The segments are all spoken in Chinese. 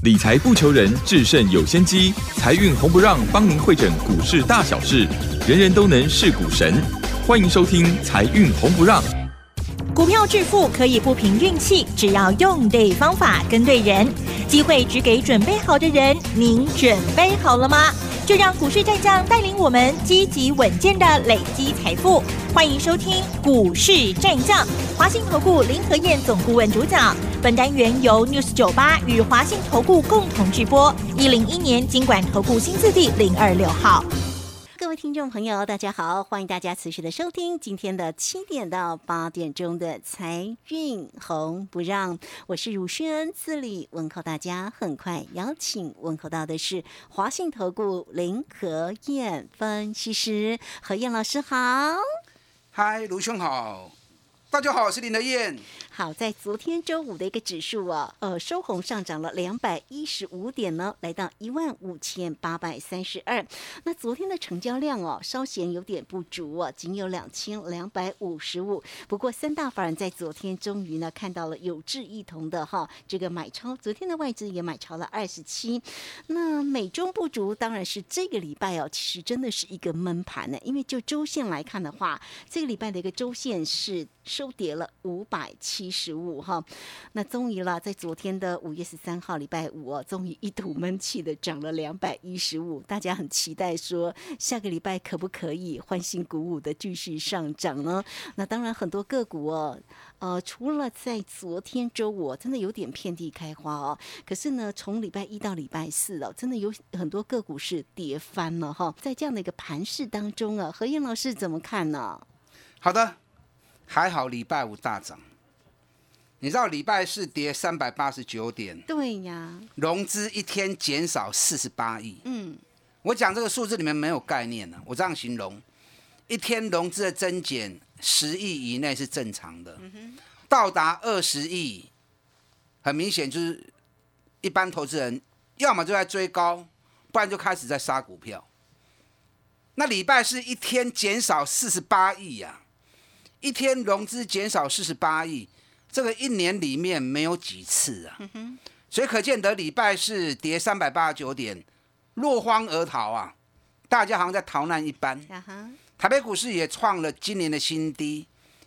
理财不求人，制胜有先机。财运红不让，帮您会诊股市大小事，人人都能是股神。欢迎收听《财运红不让》。 股票致富可以不凭运气，只要用对方法，跟对人。机会只给准备好的人，您准备好了吗？就让股市战将带领我们积极稳健的累积财富。欢迎收听股市战将，华信投顾林和燕总顾问主讲。本单元由 News 98与华信投顾共同制播。101年金管投顾新字第026号。 各位听众朋友，大家好，欢迎大家持续的收听今天的7点到8点钟的财运红不让，我是汝轩，自里问候大家。很快邀请问候到的是华信投顾林和燕分析师，和燕老师好。 嗨，卢兄好，大家好，我是林和燕。 好，在昨天周五的一个指数收红上涨了215点呢，来到15832。那昨天的成交量稍显有点不足仅有2255。不过三大法人在昨天终于呢看到了有志一同的这个买超，昨天的外资也买超了27。那美中不足，当然是这个礼拜其实真的是一个闷盘呢，因为就周线来看的话，这个礼拜的一个周线是收跌了575那终于了，在昨天的5月13号礼拜五终于一吐闷气的涨了215，大家很期待说下个礼拜可不可以欢欣鼓舞的继续上涨呢？那当然很多个股除了在昨天周五真的有点遍地开花可是呢从礼拜一到礼拜四真的有很多个股是跌翻了在这样的一个盘势当中和燕老师怎么看呢？ 好的，还好礼拜五大涨。你知道礼拜四跌389点， 对呀， 融资一天减少48亿。我讲这个数字你们没有概念呢，我这样形容，一天融资的增减10亿以内是正常的，到达20亿，很明显就是一般投资人要么就在追高，不然就开始在杀股票。那礼拜四一天减少48亿呀，一天融资减少48亿。这个一年里面没有几次所以可见得礼拜四跌389点，落荒而逃啊！大家好像在逃难一般。台北股市也创了今年的新低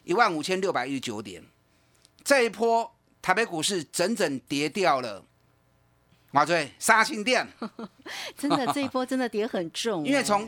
，15619点。这一波台北股市整整跌掉了，哇塞，3000点， 真的这一波真的跌很重， 因为从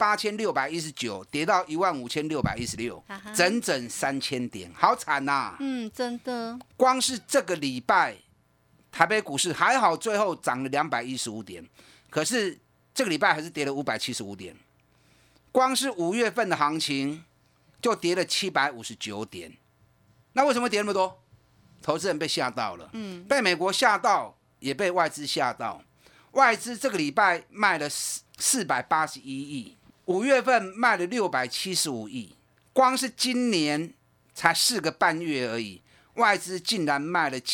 18619跌到15616，整整3000点，好惨呐！ 真的。 光是这个礼拜，台北股市还好，最后涨了215点，可是这个礼拜还是跌了575点。光是5月份的行情就跌了759点。那为什么跌那么多？投资人被吓到了，被美国吓到。也被外资吓到，外资这个礼拜卖了481亿，5月份卖了675亿，光是今年才4个半月而已，外资竟然卖了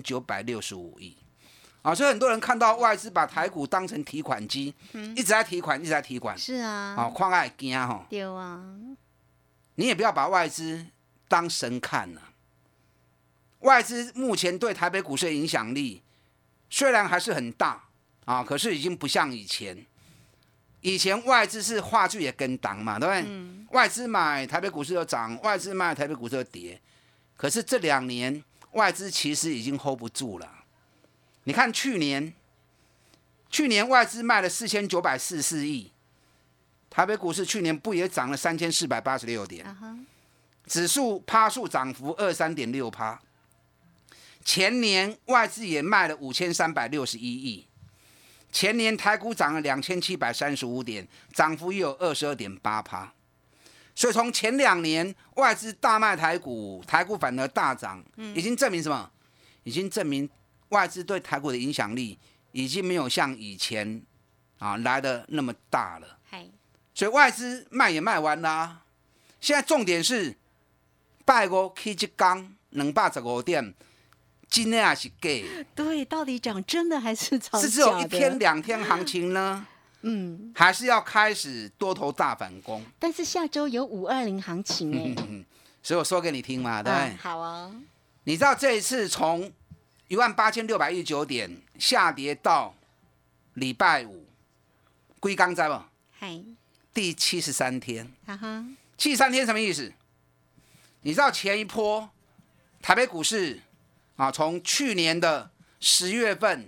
7965亿所以很多人看到外资把台股当成提款机，一直在提款，一直在提款， 是啊， 看爱惊对啊， 你也不要把外资当神看了，外资目前对台北股市的影响力。虽然还是很大可是已经不像以前。以前外资是话剧也跟档嘛，对不对？外资买台北股市就涨，外资卖台北股市就跌。可是这2年外资其实已经 hold 不住了。你看去年外资卖了4944亿，台北股市去年不也涨了3486点？指数趴数涨幅23.6%。前年外资也卖了5361亿，前年台股涨了2735点，涨幅也有22.8%。所以从前2年外资大卖台股，台股反而大涨，已经证明什么？已经证明外资对台股的影响力已经没有像以前来的那么大了。所以外资卖也卖完啦。现在重点是拜五起一天215点。真的还是假？ 对，到底涨真的还是涨假的？ 是只有1天2天行情呢？还是要开始多头大反攻？ 但是下周有520行情所以我说给你听嘛，对不对？ 好啊。 你知道这一次从 18619点，下跌到礼拜五，几天知不？ 嗨， 第73天。 哈哈 73天什么意思？你知道前一波台北股市啊，从去年的10月份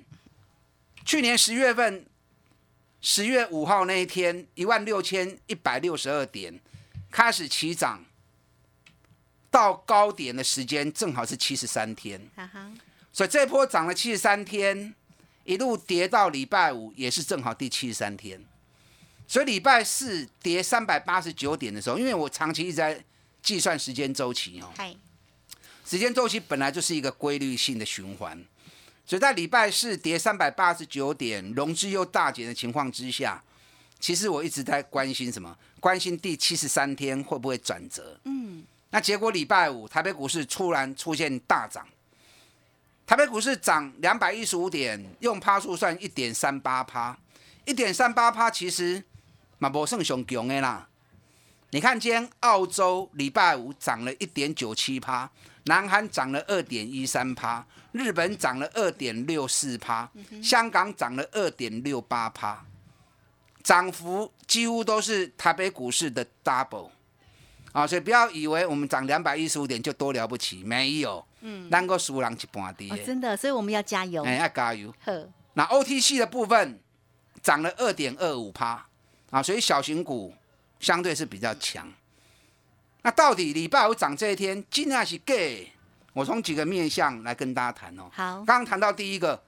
10月5号那一天16162点开始起涨，到高点的时间正好是73天。 哈哈， 所以这波涨了73天，一路跌到礼拜五也是正好第73天。所以礼拜四跌389点的时候，因为我长期一直在计算时间周期哦， 嗨， 时间周期本来就是一个规律性的循环，所以在礼拜四跌389点，融资又大减的情况之下，其实我一直在关心什么？关心第73天会不会转折？那结果礼拜五台北股市突然出现大涨，台北股市涨215点，用趴数算 1.38%，1.38% 其实嘛不算上强的啦。你看今天澳洲礼拜五涨了 1.97%， 南韩涨了 2.13%， 日本涨了 2.64%， 香港涨了 2.68%， 涨幅几乎都是台北股市的 double。所以不要以为我们涨215点就多了不起，没有，咱个输人一半跌， 真的，所以我们要加油， 要加油。 呵， 那 OTC 的部分涨了 2.25%，所以小型股相对是比较强。那到底礼拜五涨这一天，真的是假？我从几个面向来跟大家谈哦。 好， 刚刚谈到第一个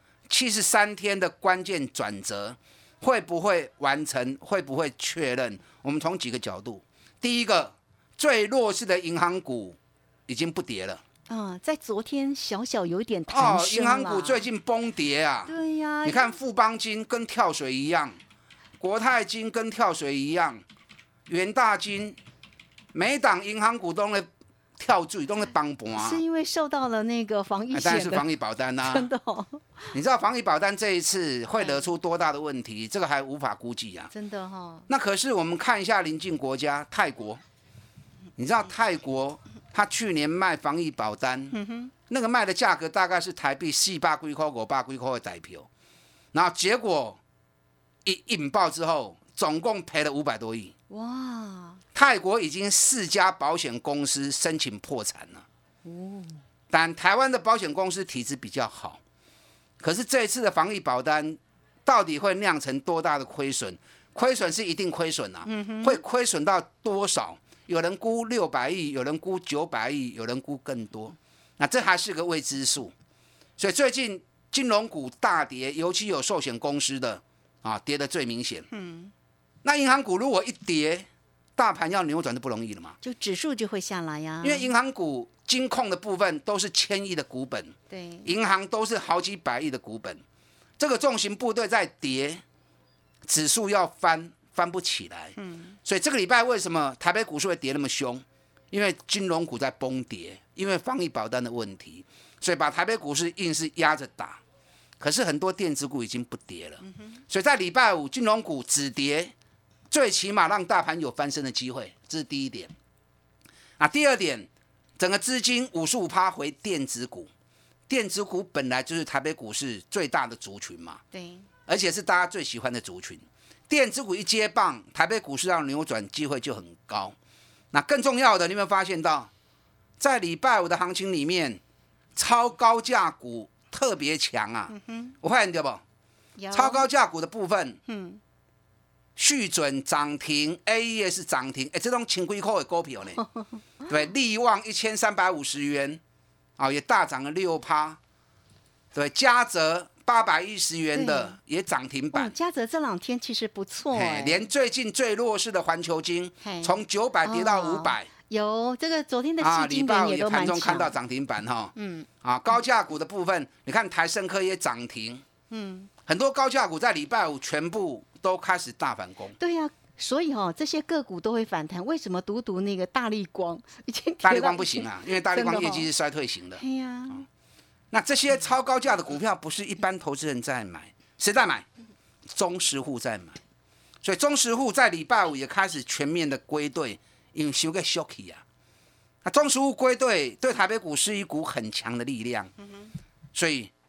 73天的关键转折会不会完成，会不会确认？我们从几个角度，第一个。最弱势的银行股已经不跌了。 在昨天小小有点弹升银行股最近崩跌啊。 对呀， 你看富邦金跟跳水一样，国泰金跟跳水一样，元大金，每档银行股都在跳水，都在崩盘。 是因为受到了那个防疫险的， 当然是防疫保单啊。 真的哦。 你知道防疫保单这一次会惹出多大的问题？这个还无法估计啊。 真的哦。那可是我们看一下邻近国家泰国。你知道泰国他去年卖防疫保单，那个卖的价格大概是台币400几块、500几块的代票，然后结果一引爆之后，总共赔了500多亿。哇！泰国已经4家保险公司申请破产了。但台湾的保险公司体质比较好，可是这一次的防疫保单到底会酿成多大的亏损？亏损是一定亏损啊，会亏损到多少？有人估600亿，有人估900亿，有人估更多，那这还是个未知数。所以最近金融股大跌，尤其有寿险公司的跌得最明显。那银行股如果一跌，大盘要扭转就不容易了嘛， 就指数就会下来呀。 因为银行股金控的部分都是1000亿的股本， 对， 银行都是好几百亿的股本，这个重型部队在跌，指数要翻不起来。所以这个礼拜为什么台北股市会跌那么凶？因为金融股在崩跌，因为防疫保单的问题，所以把台北股市硬是压着打。可是很多电子股已经不跌了，所以在礼拜五金融股止跌，最起码让大盘有翻身的机会，这是第一点。第二点，整个资金55%回电子股，电子股本来就是台北股市最大的族群嘛， 对， 而且是大家最喜欢的族群。电子股一接棒，台北股市要扭转机会就很高。那更重要的，你有没有发现到，在礼拜五的行情里面，超高价股特别强啊？我发现对不？超高价股的部分，续准涨停 ，AES 涨停，这种千几块的股票呢？对，力旺1350元，也大涨了6%。对，嘉泽810元的也涨停板。 嘉泽这2天其实不错连最近最弱势的环球金从900跌到500。 有这个昨天的矽晶圆也都蛮强。 盘中看到涨停板哈。高价股的部分，你看台盛科也涨停。很多高价股在礼拜五全部都开始大反攻。 对呀。所以这些个股都会反弹，为什么独那个大立光已经大立光不行啊？因为大立光业绩是衰退型的。 对呀。 那这些超高价的股票不是一般投资人在买，谁在买？中实户在买。所以中实户在礼拜五也开始全面的归队，因为收个 shocky 啊。那中实户归队对台北股是一股很强的力量。所以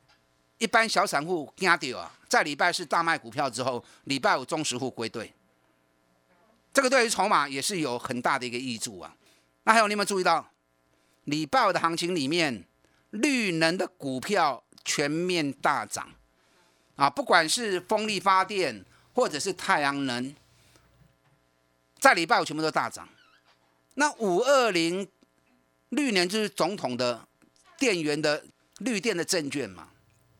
一般小散户惊到啊，在礼拜四大卖股票之后，礼拜五中实户归队，这个对于筹码也是有很大的一个益处啊。那还有你有没有注意到，礼拜五的行情里面，绿能的股票全面大涨啊，不管是风力发电或者是太阳能，在礼拜五全部都大涨。那520绿能就是总统的电源的绿电的证券嘛。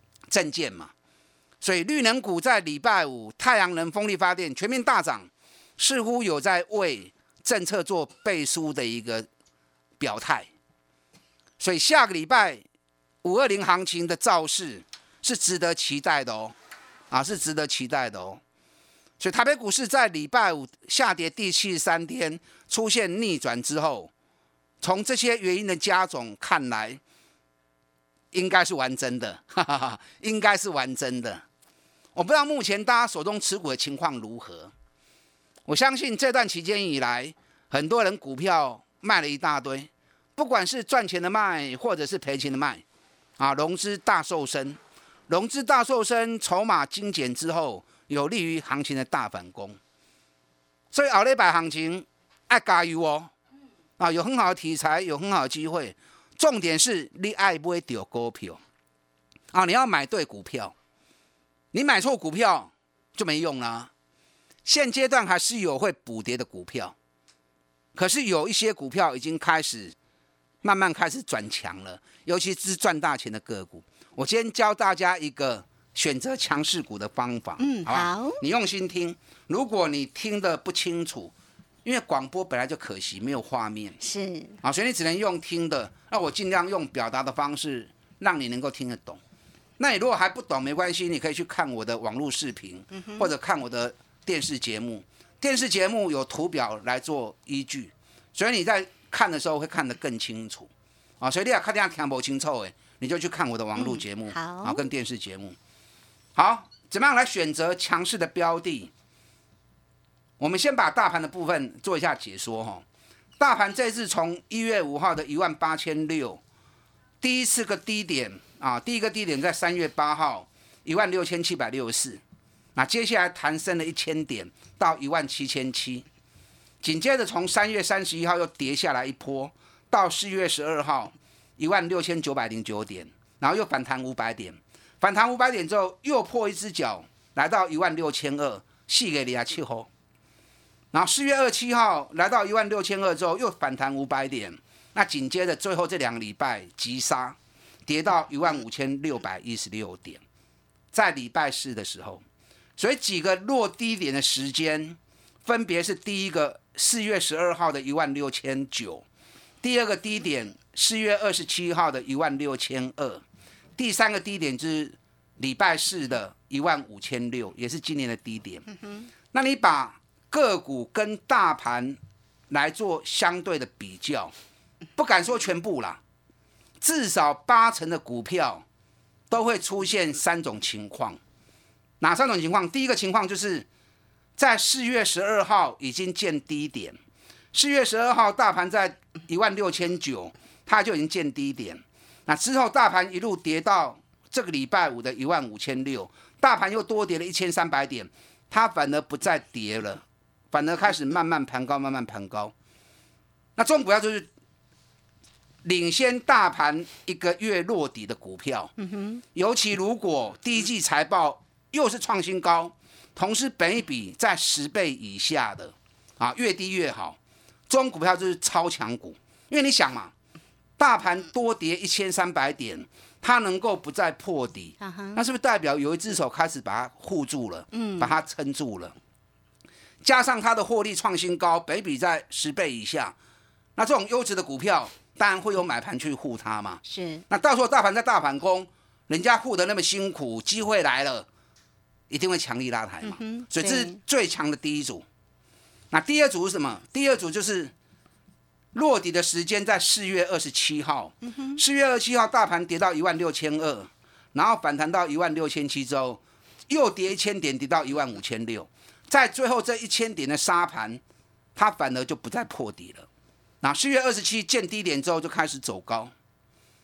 所以绿能股在礼拜五太阳能风力发电全面大涨，似乎有在为政策做背书的一个表态。所以下个礼拜520行情的造势是值得期待的哦，是值得期待的哦。所以台北股市在礼拜五下跌第73天出现逆转之后，从这些原因的加总看来，应该是玩真的，应该是玩真的。我不知道目前大家手中持股的情况如何。我相信这段期间以来，很多人股票卖了一大堆，不管是赚钱的卖，或者是赔钱的卖，融资大瘦身，筹码精简之后，有利于行情的大反攻。所以后礼拜行情要加油哦，有很好的题材，有很好的机会。重点是你爱买到股票你要买对股票，你买错股票就没用啦。现阶段还是有会补跌的股票，可是有一些股票已经慢慢开始转强了，尤其是赚大钱的个股。我今天教大家一个选择强势股的方法，好，你用心听。如果你听得不清楚，因为广播本来就可惜没有画面， 是所以你只能用听的。那我尽量用表达的方式让你能够听得懂。那你如果还不懂没关系，你可以去看我的网络视频，或者看我的电视节目。电视节目有图表来做依据，所以你在看的时候会看得更清楚所以你要看这样听不清楚的，你就去看我的网络节目，好，跟电视节目。好，怎么样来选择强势的标的？我们先把大盘的部分做一下解说大盘这次从1月5号的18600，第一次个低点第一个低点在3月8号16764，那接下来弹升了1000点到17700，紧接着从3月31号又跌下来一波，到4月12号16909点，然后又反弹500点，反弹500点之后又破一只脚，来到16200，四个27号。然后4月27号来到16200之后又反弹500点，那紧接着最后这2个礼拜急杀，跌到15616点，在礼拜四的时候，所以几个落低点的时间，分别是第一个4月12号的16900，第二个低点4月27号的16200，第三个低点就是礼拜四的15600，也是今年的低点。那你把个股跟大盘来做相对的比较，不敢说全部啦，至少80%的股票都会出现3种情况。哪3种情况？第一个情况就是在4月12号已经见低点，4月12号大盘在16900，它就已经见低点。那之后大盘一路跌到这个礼拜五的15600，大盘又多跌了1300点，它反而不再跌了，反而开始慢慢盘高，慢慢盘高。那这种股票就是领先大盘1个月落底的股票，尤其如果第一季财报又是创新高，同时本益比在10倍以下的越低越好。这种股票就是超强股，因为你想嘛，大盘多跌1300点，它能够不再破底，那是不是代表有一只手开始把它护住了，把它撑住了？加上它的获利创新高，本益比在10倍以下，那这种优质的股票当然会有买盘去护它嘛。 是。那到时候大盘在大反攻，人家护得那么辛苦，机会来了，一定会强力拉抬嘛。所以这是最强的第一组。那第二组是什么？第二组就是落底的时间在4月27号。4月27号大盘跌到16200，然后反弹到16700之后，又跌1000点，跌到15600。在最后这1000点的杀盘，它反而就不再破底了。那4月27见低点之后就开始走高。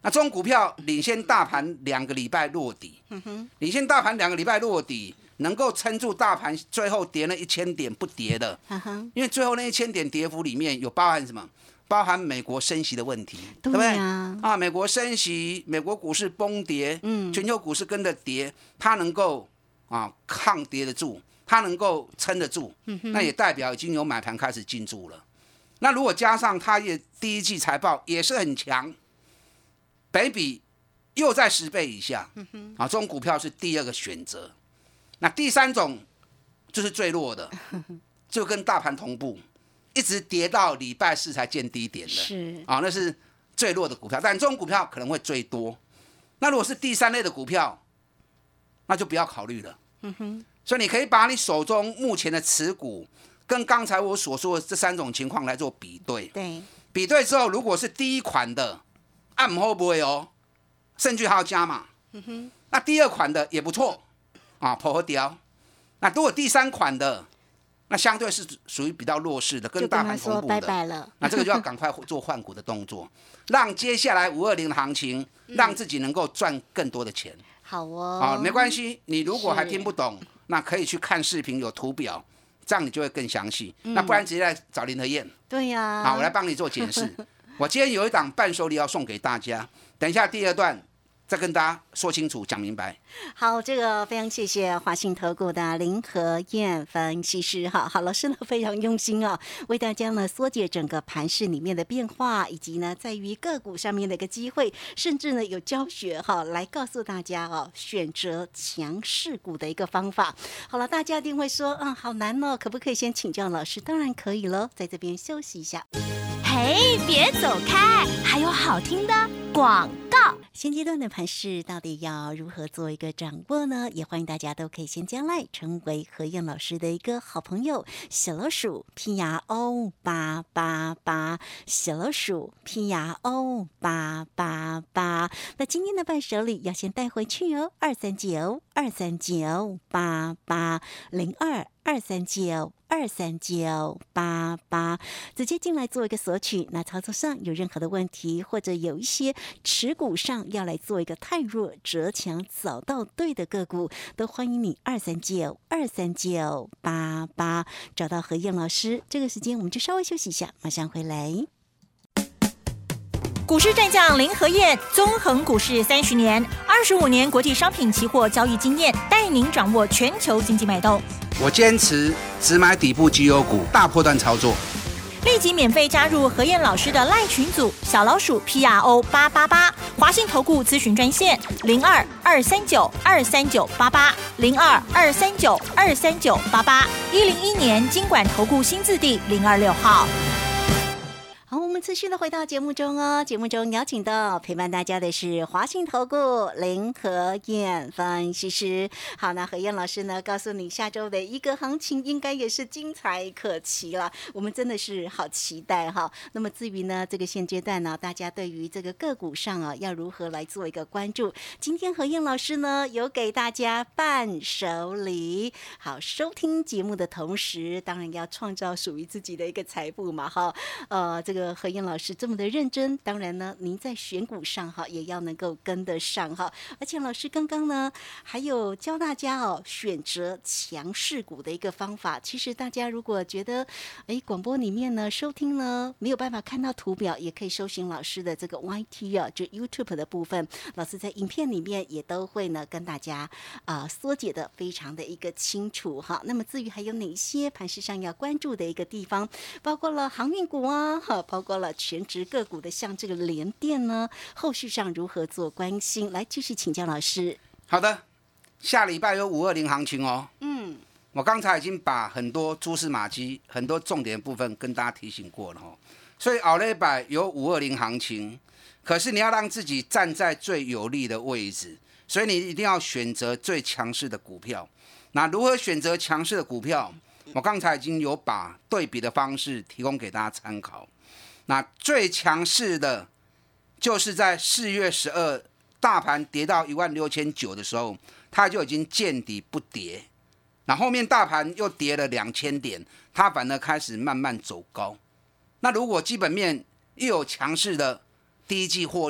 那这种股票领先大盘2个礼拜落底，领先大盘2个礼拜落底，能够撑住大盘最后跌那1000点不跌的，因为最后那1000点跌幅里面有包含什么？包含美国升息的问题，对不对？美国升息，美国股市崩跌，全球股市跟着跌，它能够抗跌得住，它能够撑得住，那也代表已经有买盘开始进驻了。那如果加上它也第一季财报也是很强，本益比又在10倍以下，这种股票是第二个选择。那第三种就是最弱的，就跟大盘同步，一直跌到礼拜4才见低点的， 是那是最弱的股票。但这种股票可能会最多。那如果是第三类的股票，那就不要考虑了。所以你可以把你手中目前的持股跟刚才我所说的这3种情况来做比对。 对， 比对之后，如果是第一款的，按后不会甚至还要加码。那第二款的也不错破和雕。那如果第3款的，那相对是属于比较弱势的，跟大盘同步的， 拜拜了。 那这个就要赶快做换股的动作，让接下来520的行情，让自己能够赚更多的钱。 好哦， 没关系，你如果还听不懂，那可以去看视频，有图表，这样你就会更详细。那不然直接来找林和燕。 对呀， 我来帮你做解释。我今天有一档伴手礼要送给大家，等一下第2段再跟大家说清楚讲明白。 好，这个非常谢谢华信投顾的林和燕分析师好老师呢非常用心为大家呢缩解整个盘势里面的变化，以及呢在于个股上面的一个机会，甚至呢有教学来告诉大家选择强势股的一个方法。好了，大家一定会说好难可不可以先请教老师？当然可以了，在这边休息一下。 嘿，别走开，还有好听的广告。 现阶段的盘势到底要如何做一个掌握呢？也欢迎大家都可以先加赖成为和燕老师的一个好朋友，小老鼠PRO888，小老鼠PRO888。那今天的伴手礼要先带回去23923923988，直接进来做一个索取。那操作上有任何的问题，或者有一些持股上要来做一个太弱折强找到对的个股，都欢迎你239233988找到何燕老师。这个时间我们就稍微休息一下，马上回来。 股市战将林和燕，纵横股市30年，25年国际商品期货交易经验，带您掌握全球经济脉动。 我坚持只买底部绩优股，大波段操作。 立即免费加入何燕老师的赖群组，小老鼠 PRO888，华信投顾咨询专线02-239-23988，02-239-23988，101年金管投顾新字第026号。 好，我们持续的回到节目中节目中邀请到陪伴大家的是华信投顾林和燕分析师。好，那和燕老师呢告诉你下周的一个行情应该也是精彩可期了，我们真的是好期待那么至于呢这个现阶段呢，大家对于这个个股上要如何来做一个关注，今天和燕老师呢有给大家伴手礼。好，收听节目的同时当然要创造属于自己的一个财富嘛这个和燕老师这么的认真，当然呢您在选股上也要能够跟得上而且老师刚刚呢还有教大家选择强势股的一个方法。其实大家如果觉得广播里面呢收听呢没有办法看到图表，也可以搜寻老师的这个 YT 就 YouTube 的部分，老师在影片里面也都会呢跟大家缩解的非常的一个清楚那么至于还有哪些盘势上要关注的一个地方，包括了航运股包括了全职个股的像这个联电呢，后续上如何做关心？来继续请教老师。 好的，下礼拜有520行情我刚才已经把很多蛛丝马迹、很多重点部分跟大家提醒过了所以后礼拜有520行情，可是你要让自己站在最有利的位置，所以你一定要选择最强势的股票。那如何选择强势的股票？我刚才已经有把对比的方式提供给大家参考。那最强势的就是在4月12大盘跌到16900的时候，它就已经见底不跌。那后面大盘又跌了2000点，它反而开始慢慢走高。那如果基本面又有强势的第一季获利，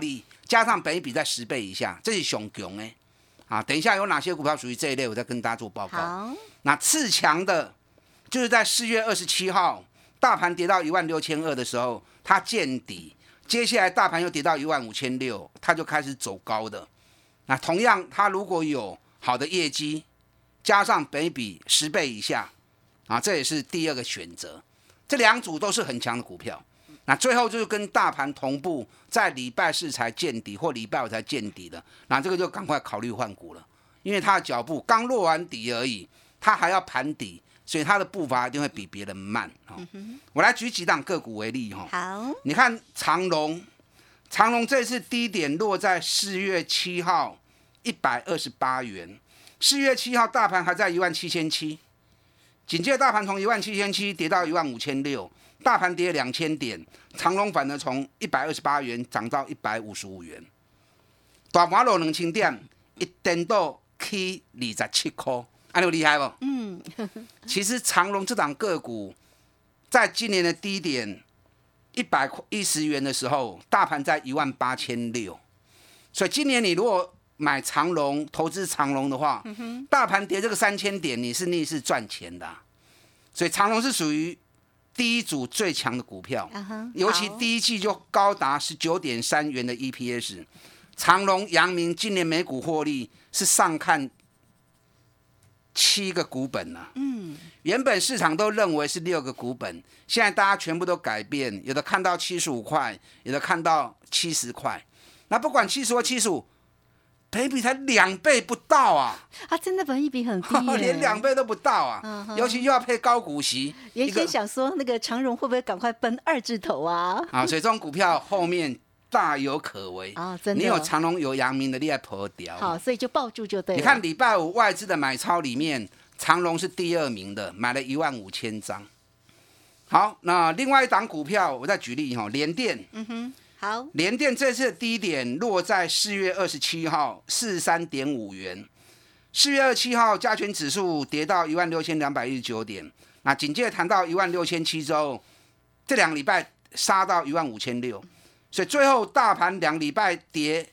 加上本益比在10倍以下，这是上强的啊。等一下有哪些股票属于这一类，我再跟大家做报告。 好， 那次强的，就是在4月27号，大盘跌到16200的时候，它见底，接下来大盘又跌到15600，它就开始走高的。那同样，它如果有好的业绩，加上本益比10倍以下，啊，这也是第二个选择。这两组都是很强的股票。那最后就是跟大盘同步，在礼拜4才见底或礼拜5才见底的，那这个就赶快考虑换股了，因为它的脚步刚落完底而已，它还要盘底，所以它的步伐一定会比别人慢。我来举几档个股为例。 好， 你看长荣这次低点落在4月7号128元，4月7号大盘还在17700，紧接着大盘从17700跌到15600，大盘跌2000点，长荣反而从128元涨到155元，大盘落2000点，一点到去27块，安有厉害不？其实长荣这档个股，在今年的低点110元的时候，大盘在18600，所以今年你如果买长荣、投资长荣的话，大盘跌这个3000点，你是逆势赚钱的所以长荣是属于第一组最强的股票，尤其第一季就高达19.3元的 EPS。长荣、阳明今年每股获利是上看7个股本了。原本市场都认为是6个股本，现在大家全部都改变，有的看到75块，有的看到70块。那不管70或75，本益比才2倍不到啊！ 真的本益比很低耶， 连2倍都不到啊！尤其又要配高股息， 原先想说那个长荣会不会赶快奔2字头啊？ 所以这种股票后面大有可为真的。你有长荣有阳明的，你还破掉。 好，所以就抱住就对了。 你看礼拜5外资的买超里面，长荣是第2名的，买了15000张。好，那另外一档股票，我再举例联电。 好， 联电这次的低点落在4月27号43.5元，4月27号加权指数跌到16219点，那紧接着谈到16700之后，这2个礼拜杀到15600，所以最后大盘2个礼拜跌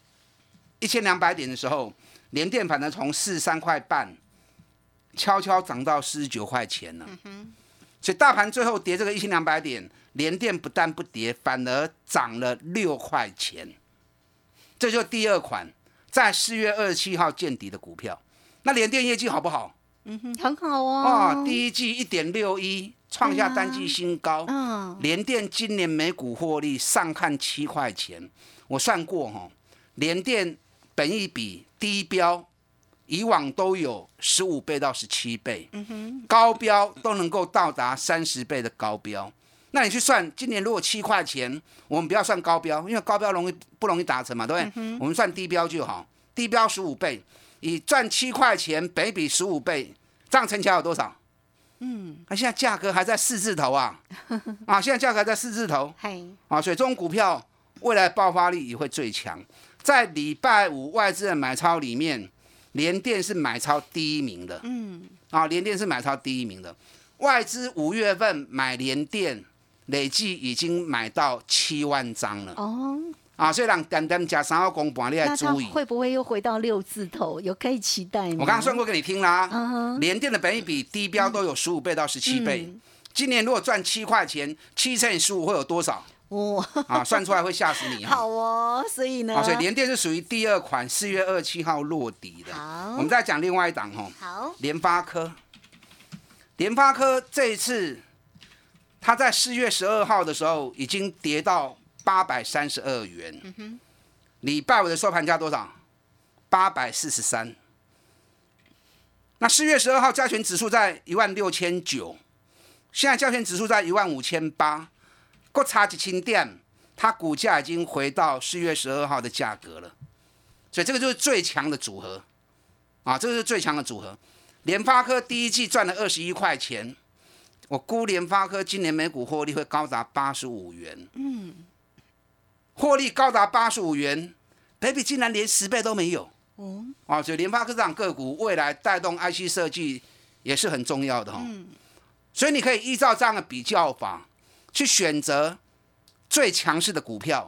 1200点的时候，联电反而从43块半悄悄涨到49块钱了。所以大盘最后跌这个1200点，联电不但不跌，反而涨了6块钱。这就是第二款在4月27号见底的股票。那联电业绩好不好？ 很好哦。 第一季1.61创下单季新高。联电今年每股获利上看7块钱，我算过联电本益比低标以往都有15倍到17倍，高标都能够到达30倍的高标。那你去算，今年如果7块钱，我们不要算高标，因为高标不容易达成嘛，对不对？我们算低标就好，低标15倍，以赚7块钱，本益比15倍，这样乘起来有多少？现在价格还在4字头啊！现在价格还在4字头，所以这种股票未来爆发力也会最强。在礼拜5外资的买超里面，联电是买超第1名的，联电是买超第1名的。外资5月份买联电，累计已经买到7万张了。所以让点点加3号公盘，你要注意。 会不会又回到6字头？有可以期待吗？ 我刚刚算过给你听啦。联电的本益比低标都有15倍到17倍。今年如果赚7块钱，7乘以15会有多少？算出来会吓死你。 好哦，所以呢， 所以联电是属于第2款，4月27号落底的。我们再讲另外一档好， 联发科。联发科这一次，它在4月12号的时候已经跌到832元。礼拜5的收盘价多少？843。那4月12号加权指数在16900，现在加权指数在15800。够差1000点，它股价已经回到4月12号的价格了，所以这个就是最强的组合这个是最强的组合。联发科第一季赚了21块钱，我估联发科今年每股获利会高达85元。获利高达85元，本益比竟然连10倍都没有。所以联发科这档个股未来带动 IC 设计也是很重要的所以你可以依照这样的比较法，去选择最强势的股票，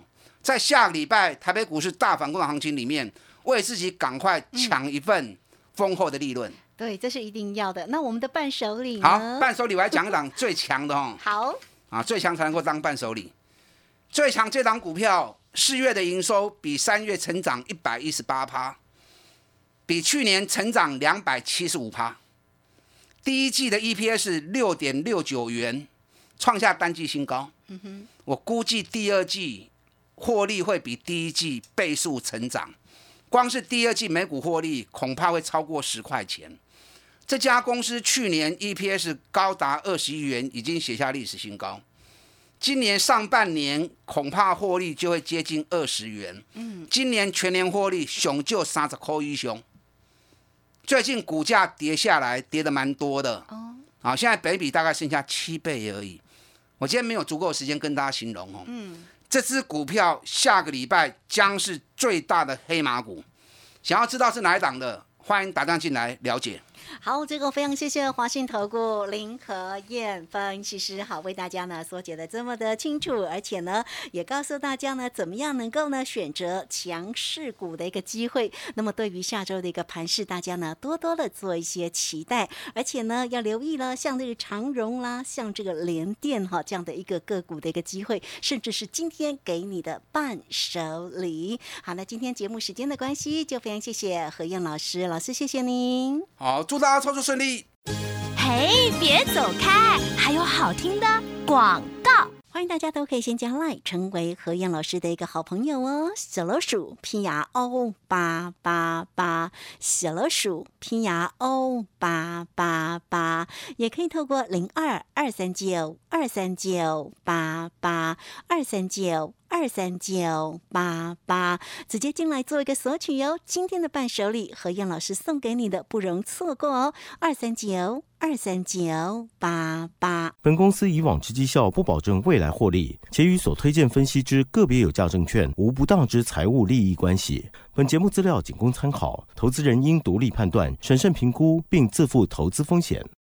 在下个礼拜台北股市大反攻的行情里面，为自己赶快抢一份丰厚的利润。 对，这是一定要的。那我们的伴手礼呢？ 好，伴手礼我来讲一档最强的哦。 好啊，最强才能够当伴手礼。最强这档股票4月的营收比3月成长118%，比去年成长275%。第一季的 EPS 6.69元，创下单季新高。我估计第二季获利会比第一季倍数成长，光是第二季每股获利恐怕会超过10块钱。这家公司去年 EPS 高达21元，已经写下历史新高。今年上半年恐怕获利就会接近20元。今年全年获利熊就30块以上。最近股价跌下来，跌得蛮多的。现在本益比大概剩下7倍而已。我今天没有足够的时间跟大家形容哦。这支股票下个礼拜将是最大的黑马股。想要知道是哪一档的，欢迎打电话进来了解。 好，这个非常谢谢华信投顾林和燕分析师，好为大家呢所解的这么的清楚，而且呢也告诉大家呢怎么样能够呢选择强势股的一个机会。那么对于下周的一个盘势，大家呢多多的做一些期待，而且呢要留意了，像这个长荣啦，像这个联电哈这样的一个个股的一个机会，甚至是今天给你的伴手礼。好，那今天节目时间的关系，就非常谢谢和燕老师，老师谢谢您。 好，祝大家操作顺利。 嘿，别走开，还有好听的广告。 欢迎大家都可以先加 LINE 成为和燕老师的一个好朋友哦。小老鼠拼牙O888，小老鼠拼牙O888，也可以透过02-239-239-88，239-239-239-88，直接进来做一个索取哟。今天的伴手礼和燕老师送给你的，不容错过哦。239-239-88。 本公司以往之绩效不保证未来获利，且与所推荐分析之个别有价证券无不当之财务利益关系。本节目资料仅供参考，投资人应独立判断、审慎评估，并自负投资风险。